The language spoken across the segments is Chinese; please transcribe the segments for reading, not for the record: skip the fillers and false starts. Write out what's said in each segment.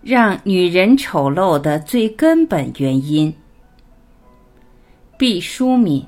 让女人丑陋的最根本原因。毕淑敏。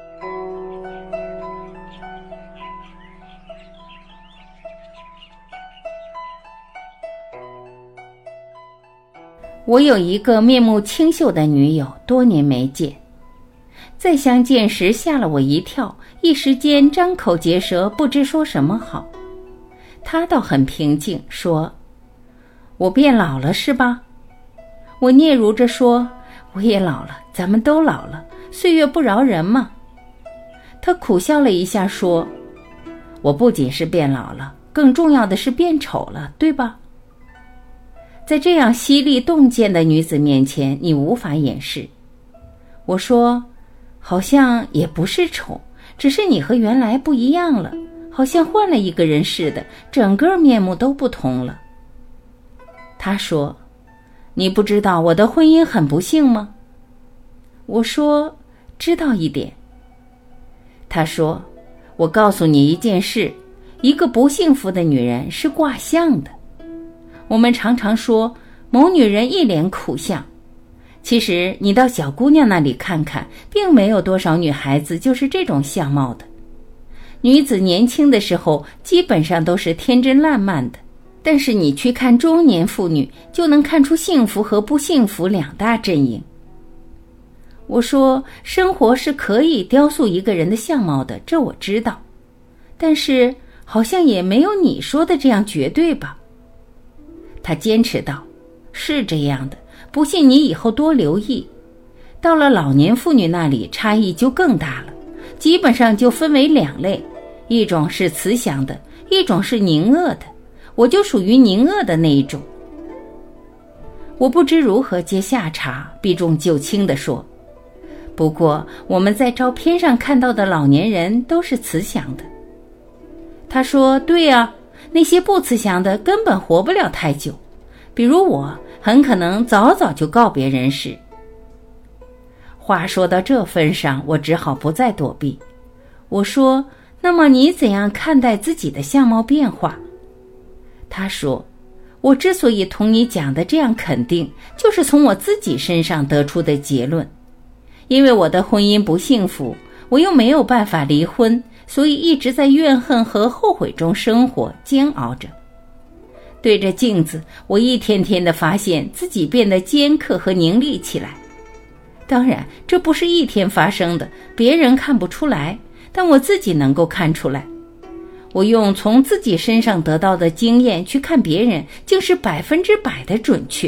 我有一个面目清秀的女友，多年没见，再相见时吓了我一跳，一时间张口结舌，不知说什么好。她倒很平静，说：“我变老了是吧？”我嗫嚅着说：“我也老了，咱们都老了，岁月不饶人嘛。”她苦笑了一下说：“我不仅是变老了，更重要的是变丑了，对吧？”在这样犀利洞见的女子面前，你无法掩饰。我说：“好像也不是丑，只是你和原来不一样了，好像换了一个人似的，整个面目都不同了。”她说：“你不知道我的婚姻很不幸吗？”我说：“知道一点。”她说：“我告诉你一件事，一个不幸福的女人是卦象的。我们常常说某女人一脸苦相，其实你到小姑娘那里看看，并没有多少女孩子就是这种相貌的。女子年轻的时候基本上都是天真烂漫的，但是你去看中年妇女，就能看出幸福和不幸福两大阵营。”我说：“生活是可以雕塑一个人的相貌的，这我知道，但是好像也没有你说的这样绝对吧？”他坚持道：“是这样的，不信你以后多留意。到了老年妇女那里，差异就更大了，基本上就分为两类，一种是慈祥的，一种是凝恶的，我就属于凝恶的那一种。”我不知如何接下茬，避重就轻地说：“不过我们在照片上看到的老年人都是慈祥的。”他说：“对啊，那些不慈祥的根本活不了太久，比如我，很可能早早就告别人世。”话说到这份上，我只好不再躲避。我说：“那么你怎样看待自己的相貌变化？”他说：“我之所以同你讲的这样肯定，就是从我自己身上得出的结论。因为我的婚姻不幸福，我又没有办法离婚，所以一直在怨恨和后悔中生活，煎熬着。对着镜子，我一天天地发现自己变得尖刻和凝厉起来。当然，这不是一天发生的，别人看不出来，但我自己能够看出来。我用从自己身上得到的经验去看别人，竟是100%的准确。”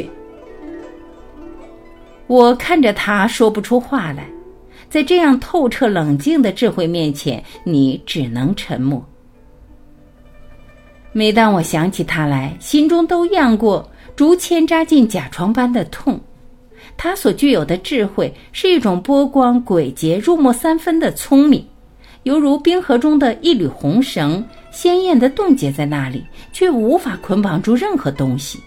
我看着他说不出话来，在这样透彻冷静的智慧面前，你只能沉默。每当我想起他来，心中都漾过竹签扎进甲床般的痛。他所具有的智慧是一种波光诡谲、入木三分的聪明，犹如冰河中的一缕红绳，鲜艳地冻结在那里，却无法捆绑住任何东西。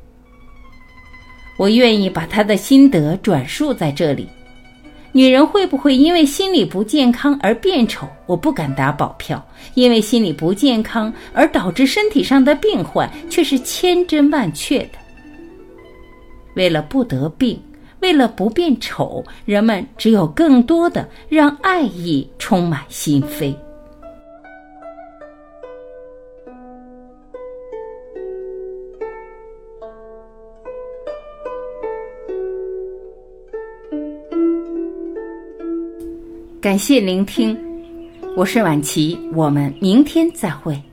我愿意把他的心得转述在这里。女人会不会因为心理不健康而变丑，我不敢打保票，因为心理不健康而导致身体上的病患却是千真万确的。为了不得病，为了不变丑，人们只有更多的让爱意充满心扉。感谢聆听，我是婉琪，我们明天再会。